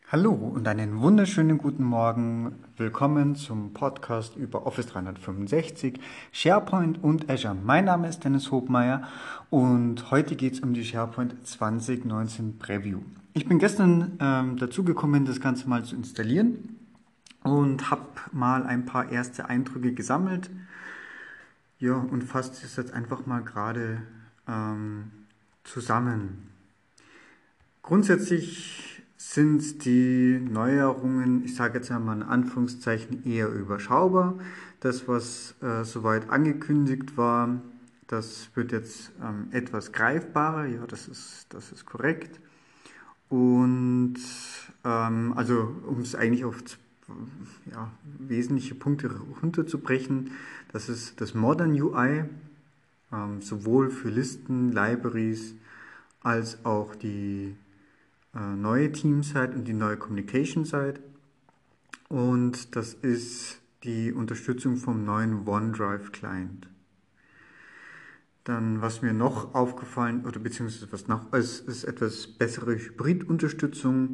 Hallo und einen wunderschönen guten Morgen. Willkommen zum Podcast über Office 365, SharePoint und Azure. Mein Name ist Dennis Hobmeier und heute geht es um die SharePoint 2019 Preview. Ich bin gestern dazu gekommen, das Ganze mal zu installieren und habe mal ein paar erste Eindrücke gesammelt. Ja, und fasse das jetzt einfach mal gerade zusammen. Grundsätzlich sind die Neuerungen, ich sage jetzt einmal in Anführungszeichen, eher überschaubar. Das, was soweit angekündigt war, das wird jetzt etwas greifbarer, ja, das ist korrekt. Und also um es eigentlich auf wesentliche Punkte runterzubrechen, das ist das Modern UI, sowohl für Listen, Libraries als auch die neue Team-Site und die neue Communication-Site. Und das ist die Unterstützung vom neuen OneDrive-Client. Dann, was mir noch aufgefallen, oder beziehungsweise was noch ist etwas bessere Hybrid-Unterstützung.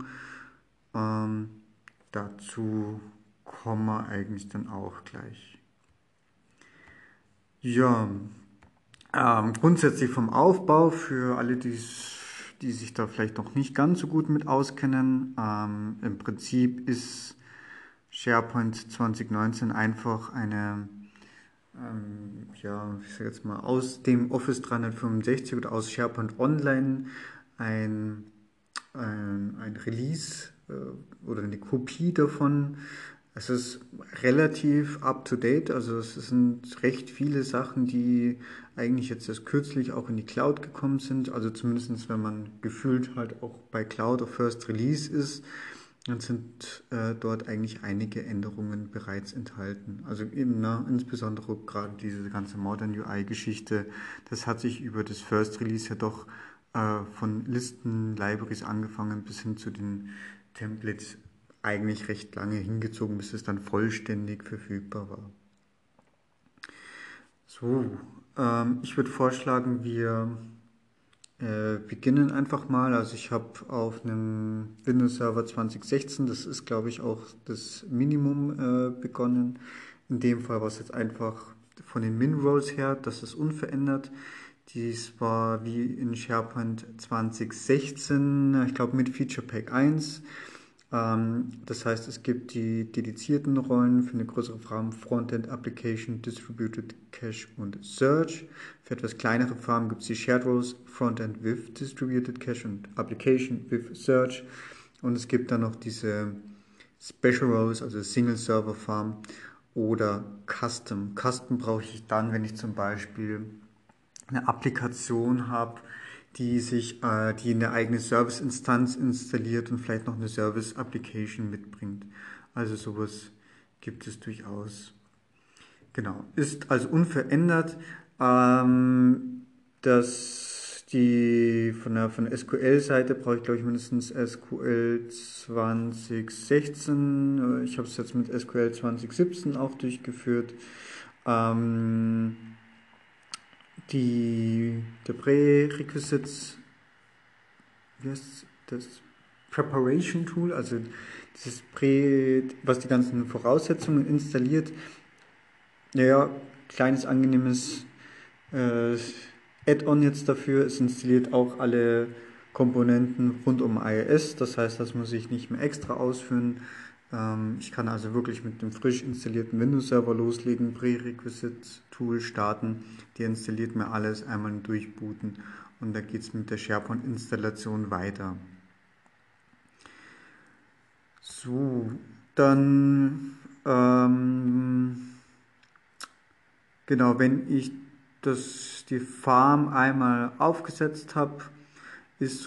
Dazu kommen wir eigentlich dann auch gleich. Ja, grundsätzlich vom Aufbau für alle, die sich da vielleicht noch nicht ganz so gut mit auskennen. Im Prinzip ist SharePoint 2019 einfach eine, ich sage jetzt mal, aus dem Office 365 oder aus SharePoint Online ein Release oder eine Kopie davon. Es ist relativ up-to-date, also es sind recht viele Sachen, die eigentlich jetzt erst kürzlich auch in die Cloud gekommen sind. Also zumindest wenn man gefühlt halt auch bei Cloud auf First Release ist, dann sind dort eigentlich einige Änderungen bereits enthalten. Also eben insbesondere gerade diese ganze Modern UI-Geschichte, das hat sich über das First Release ja doch von Listen, Libraries angefangen bis hin zu den Templates eigentlich recht lange hingezogen, bis es dann vollständig verfügbar war. So, ich würde vorschlagen, wir beginnen einfach mal. Also ich habe auf einem Windows Server 2016, das ist glaube ich auch das Minimum begonnen. In dem Fall war es jetzt einfach von den Min-Rows her, das ist unverändert. Dies war wie in SharePoint 2016, ich glaube mit Feature Pack 1. Das heißt, es gibt die dedizierten Rollen für eine größere Farm Frontend, Application, Distributed Cache und Search. Für etwas kleinere Farmen gibt es die Shared Roles, Frontend with Distributed Cache und Application with Search. Und es gibt dann noch diese Special Roles, also Single Server Farm oder Custom. Custom brauche ich dann, wenn ich zum Beispiel eine Applikation habe, die eine eigene Service-Instanz installiert und vielleicht noch eine Service-Application mitbringt. Also sowas gibt es durchaus. Genau, ist also unverändert. Von der SQL-Seite brauche ich, glaube ich, mindestens SQL 2016. Ich habe es jetzt mit SQL 2017 auch durchgeführt. Der Prerequisites, wie heißt das? Preparation Tool, also dieses was die ganzen Voraussetzungen installiert. Naja, kleines angenehmes Add-on jetzt dafür. Es installiert auch alle Komponenten rund um iOS, das heißt, das muss ich nicht mehr extra ausführen. Ich kann also wirklich mit dem frisch installierten Windows-Server loslegen, Prerequisite-Tool starten. Der installiert mir alles, einmal durchbooten und da geht es mit der SharePoint-Installation weiter. So, dann genau, wenn ich die Farm einmal aufgesetzt habe, ist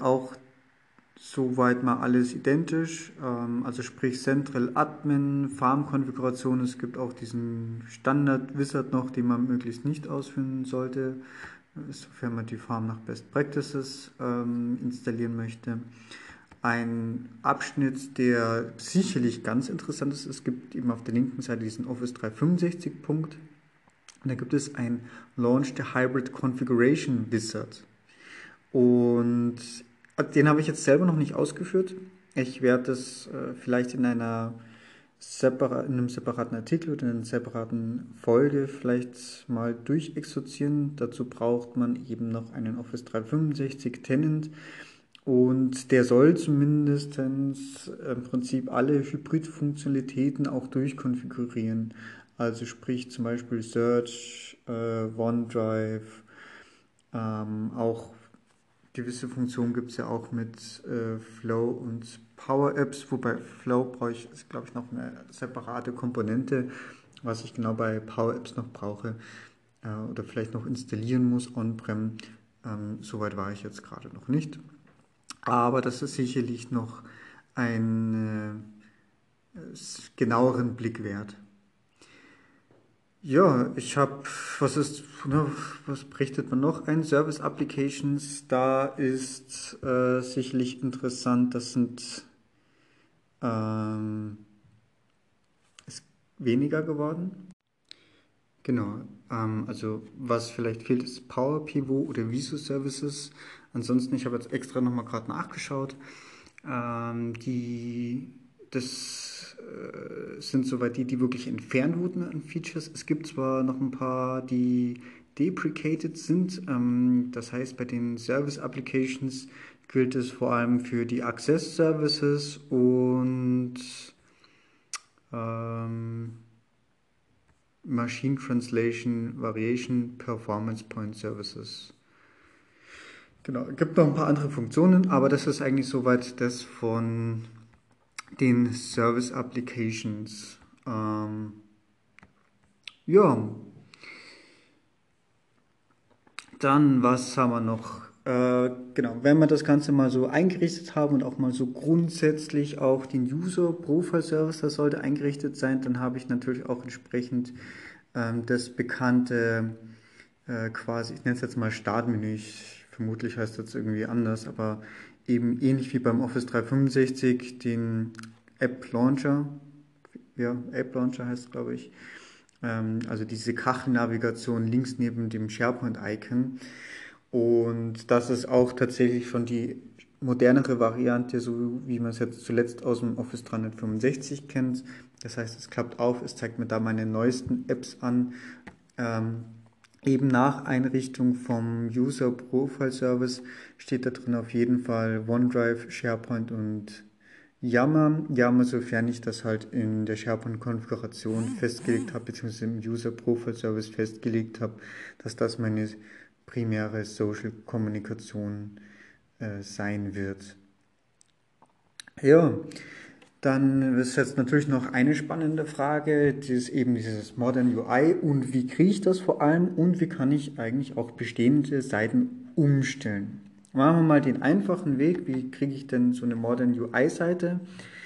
soweit mal alles identisch. Also sprich Central Admin, Farm-Konfiguration. Es gibt auch diesen Standard-Wizard noch, den man möglichst nicht ausführen sollte, sofern man die Farm nach Best Practices installieren möchte. Ein Abschnitt, der sicherlich ganz interessant ist. Es gibt eben auf der linken Seite diesen Office 365 Punkt. Und da gibt es ein Launch the Hybrid Configuration Wizard. Und den habe ich jetzt selber noch nicht ausgeführt. Ich werde es vielleicht in in einem separaten Artikel oder in einer separaten Folge vielleicht mal durchexerzieren. Dazu braucht man eben noch einen Office 365 Tenant und der soll zumindest im Prinzip alle Hybrid-Funktionalitäten auch durchkonfigurieren. Also sprich zum Beispiel Search, OneDrive, auch gewisse Funktionen gibt es ja auch mit Flow und Power Apps, wobei Flow brauche ich, ist glaube ich noch eine separate Komponente, was ich genau bei Power Apps noch brauche oder vielleicht noch installieren muss on-prem. Soweit war ich jetzt gerade noch nicht. Aber das ist sicherlich noch einen genaueren Blick wert. Ja, was berichtet man noch? Ein Service Applications, da ist sicherlich interessant, ähm, ist weniger geworden. Genau, also was vielleicht fehlt, ist Power Pivot oder Viso Services. Ansonsten, ich habe jetzt extra nochmal gerade nachgeschaut. Das sind soweit die wirklich entfernt wurden an Features. Es gibt zwar noch ein paar, die deprecated sind. Das heißt, bei den Service Applications gilt es vor allem für die Access Services und Machine Translation Variation Performance Point Services. Genau, es gibt noch ein paar andere Funktionen, aber das ist eigentlich soweit das von den Service Applications. Ja, dann was haben wir noch? Genau, wenn wir das Ganze mal so eingerichtet haben und auch mal so grundsätzlich auch den User Profile Service, das sollte eingerichtet sein, dann habe ich natürlich auch entsprechend das bekannte quasi, ich nenne es jetzt mal Startmenü, vermutlich heißt das irgendwie anders, aber eben ähnlich wie beim Office 365 den App Launcher, ja, App Launcher heißt es, glaube ich, also diese Kachelnavigation links neben dem SharePoint-Icon. Und das ist auch tatsächlich schon die modernere Variante, so wie man es jetzt zuletzt aus dem Office 365 kennt. Das heißt, es klappt auf, es zeigt mir da meine neuesten Apps an. Eben nach Einrichtung vom User Profile Service steht da drin auf jeden Fall OneDrive, SharePoint und Yammer, sofern ich das halt in der SharePoint-Konfiguration festgelegt habe, beziehungsweise im User Profile Service festgelegt habe, dass das meine primäre Social-Kommunikation sein wird. Ja, dann ist jetzt natürlich noch eine spannende Frage, das ist eben dieses Modern UI und wie kriege ich das vor allem und wie kann ich eigentlich auch bestehende Seiten umstellen. Machen wir mal den einfachen Weg, wie kriege ich denn so eine Modern UI-Seite?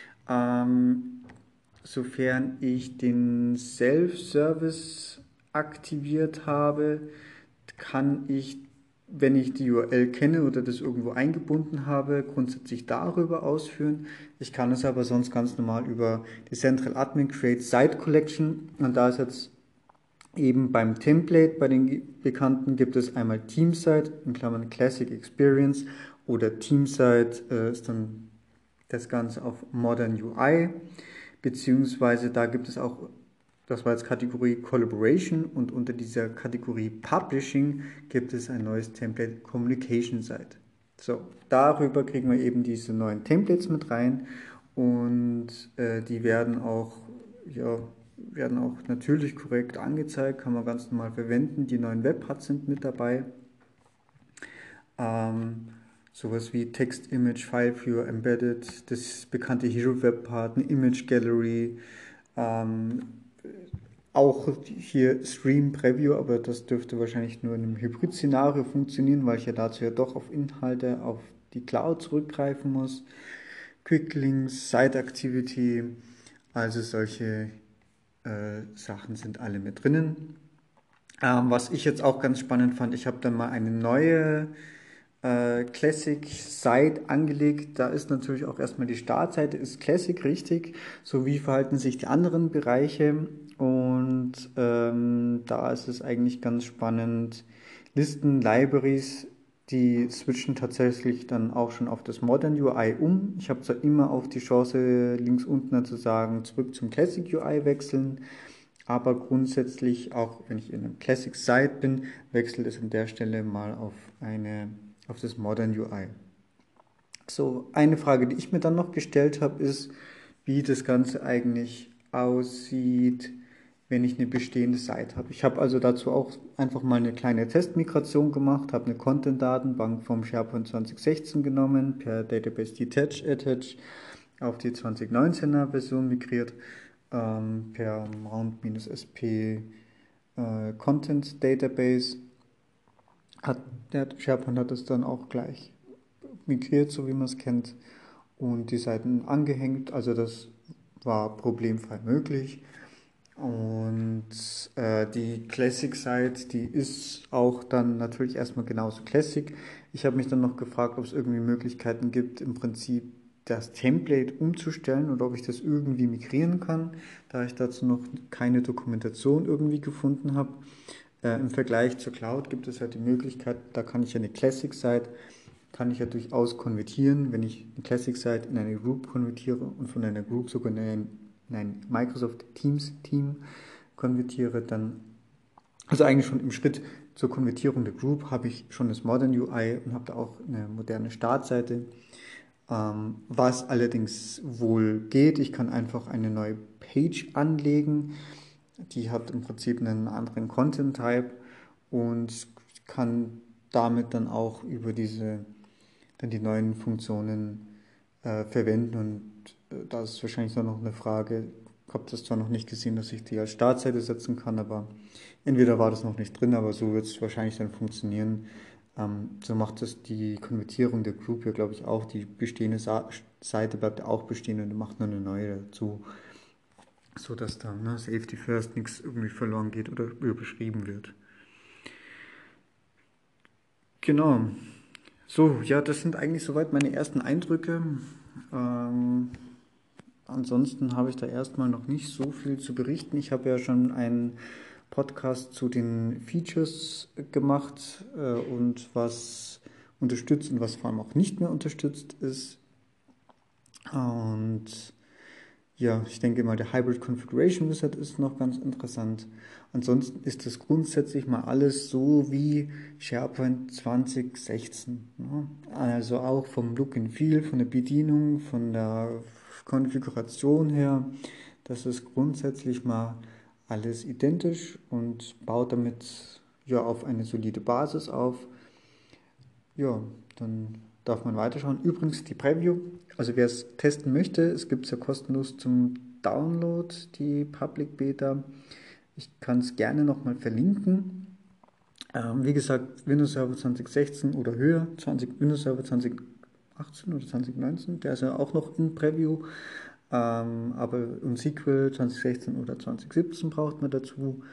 Sofern ich den Self-Service aktiviert habe, kann ich, wenn ich die URL kenne oder das irgendwo eingebunden habe, grundsätzlich darüber ausführen. Ich kann es aber sonst ganz normal über die Central Admin Create Site Collection und da ist jetzt eben beim Template, bei den bekannten gibt es einmal Teamsite, in Klammern Classic Experience oder Teamsite ist dann das Ganze auf Modern UI, beziehungsweise da gibt es auch, das war jetzt Kategorie Collaboration und unter dieser Kategorie Publishing gibt es ein neues Template Communication Site. So, darüber kriegen wir eben diese neuen Templates mit rein und die werden auch natürlich korrekt angezeigt, kann man ganz normal verwenden. Die neuen Webpads sind mit dabei. Sowas wie Text, Image, File Viewer, Embedded, das bekannte Hero Webpad, eine Image Gallery, auch hier Stream Preview, aber das dürfte wahrscheinlich nur in einem Hybrid-Szenario funktionieren, weil ich ja dazu ja doch auf Inhalte auf die Cloud zurückgreifen muss. Quick Links, Site Activity, also solche Sachen sind alle mit drinnen. Was ich jetzt auch ganz spannend fand, ich habe dann mal eine neue Classic Site angelegt. Da ist natürlich auch erstmal die Startseite, ist Classic richtig, so wie verhalten sich die anderen Bereiche. Und da ist es eigentlich ganz spannend. Listen, Libraries, die switchen tatsächlich dann auch schon auf das Modern UI um. Ich habe zwar immer auch die Chance, links unten zu sagen, zurück zum Classic UI wechseln, aber grundsätzlich, auch wenn ich in einem Classic Site bin, wechselt es an der Stelle mal auf das Modern UI. So, eine Frage, die ich mir dann noch gestellt habe, ist, wie das Ganze eigentlich aussieht, wenn ich eine bestehende Seite habe. Ich habe also dazu auch einfach mal eine kleine Testmigration gemacht, habe eine Content-Datenbank vom SharePoint 2016 genommen, per Database Detach Attach auf die 2019er Version migriert, per Mount-SP Content Database. Der SharePoint hat es dann auch gleich migriert, so wie man es kennt, und die Seiten angehängt. Also das war problemfrei möglich. Und die Classic-Site, die ist auch dann natürlich erstmal genauso Classic. Ich habe mich dann noch gefragt, ob es irgendwie Möglichkeiten gibt, im Prinzip das Template umzustellen oder ob ich das irgendwie migrieren kann, da ich dazu noch keine Dokumentation irgendwie gefunden habe. Im Vergleich zur Cloud gibt es halt die Möglichkeit, da kann ich ja eine Classic-Site, kann ich ja durchaus konvertieren, wenn ich eine Classic-Site in eine Group konvertiere und von einer Group sogar in ein Microsoft Teams Team konvertiere, dann, also eigentlich schon im Schritt zur Konvertierung der Group, habe ich schon das Modern UI und habe da auch eine moderne Startseite. Was allerdings wohl geht, ich kann einfach eine neue Page anlegen, die hat im Prinzip einen anderen Content-Type und kann damit dann auch über dann die neuen Funktionen verwenden. Und da ist wahrscheinlich noch eine Frage, ich habe das zwar noch nicht gesehen, dass ich die als Startseite setzen kann, aber entweder war das noch nicht drin, aber so wird es wahrscheinlich dann funktionieren. So macht es die Konvertierung der Group ja, glaube ich, auch. Die bestehende Seite bleibt auch bestehen und macht nur eine neue dazu, so dass da Safety First nichts irgendwie verloren geht oder überschrieben wird. Genau. So, ja, das sind eigentlich soweit meine ersten Eindrücke. Ansonsten habe ich da erstmal noch nicht so viel zu berichten. Ich habe ja schon einen Podcast zu den Features gemacht und was unterstützt und was vor allem auch nicht mehr unterstützt ist. Und ja, ich denke mal, der Hybrid Configuration Wizard ist noch ganz interessant. Ansonsten ist das grundsätzlich mal alles so wie SharePoint 2016. Ne? Also auch vom Look and Feel, von der Bedienung, von der Konfiguration her. Das ist grundsätzlich mal alles identisch und baut damit ja auf eine solide Basis auf. Ja, dann darf man weiterschauen. Übrigens die Preview, also wer es testen möchte, es gibt es ja kostenlos zum Download, die Public Beta. Ich kann es gerne nochmal verlinken. Wie gesagt, Windows Server 2016 oder höher, Windows Server 2018 oder 2019, der ist ja auch noch in Preview. Aber ein SQL 2016 oder 2017 braucht man dazu.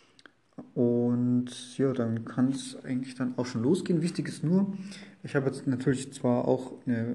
Und ja, dann kann es eigentlich dann auch schon losgehen. Wichtig ist nur, ich habe jetzt natürlich zwar auch eine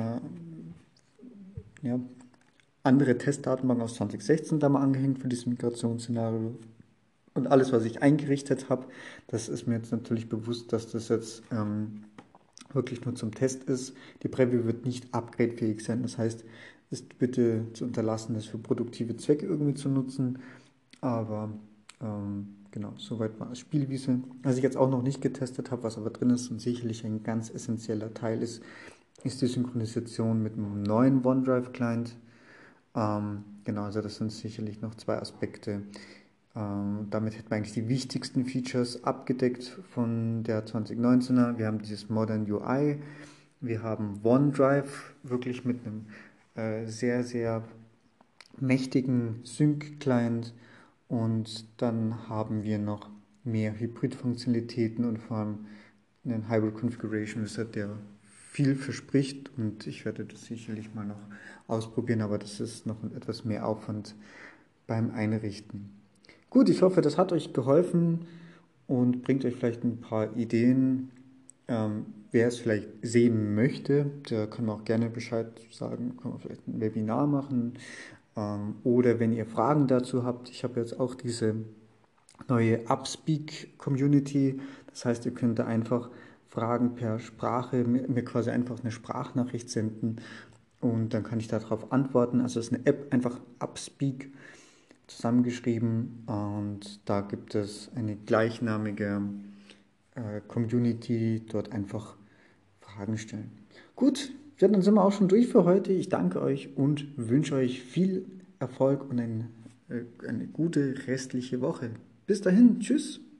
ja, andere Testdatenbank aus 2016 da mal angehängt für dieses Migrationsszenario. Und alles, was ich eingerichtet habe, das ist mir jetzt natürlich bewusst, dass das jetzt wirklich nur zum Test ist. Die Preview wird nicht upgradefähig sein. Das heißt, ist bitte zu unterlassen, das für produktive Zwecke irgendwie zu nutzen. Aber genau, soweit war es Spielwiese. Was ich jetzt auch noch nicht getestet habe, was aber drin ist und sicherlich ein ganz essentieller Teil ist, ist die Synchronisation mit einem neuen OneDrive-Client. Genau, also das sind sicherlich noch zwei Aspekte. Damit hätten wir eigentlich die wichtigsten Features abgedeckt von der 2019er. Wir haben dieses Modern UI, wir haben OneDrive wirklich mit einem sehr, sehr mächtigen Sync-Client und dann haben wir noch mehr Hybrid-Funktionalitäten und vor allem einen Hybrid Configuration Wizard, der viel verspricht und ich werde das sicherlich mal noch ausprobieren, aber das ist noch etwas mehr Aufwand beim Einrichten. Gut, ich hoffe, das hat euch geholfen und bringt euch vielleicht ein paar Ideen. Wer es vielleicht sehen möchte, der kann auch gerne Bescheid sagen, kann man vielleicht ein Webinar machen. Oder wenn ihr Fragen dazu habt, ich habe jetzt auch diese neue Upspeak Community. Das heißt, ihr könnt da einfach Fragen per Sprache, mir quasi einfach eine Sprachnachricht senden und dann kann ich darauf antworten. Also es ist eine App, einfach Upspeak zusammengeschrieben und da gibt es eine gleichnamige Community, dort einfach Fragen stellen. Gut, ja, dann sind wir auch schon durch für heute. Ich danke euch und wünsche euch viel Erfolg und eine gute restliche Woche. Bis dahin, tschüss.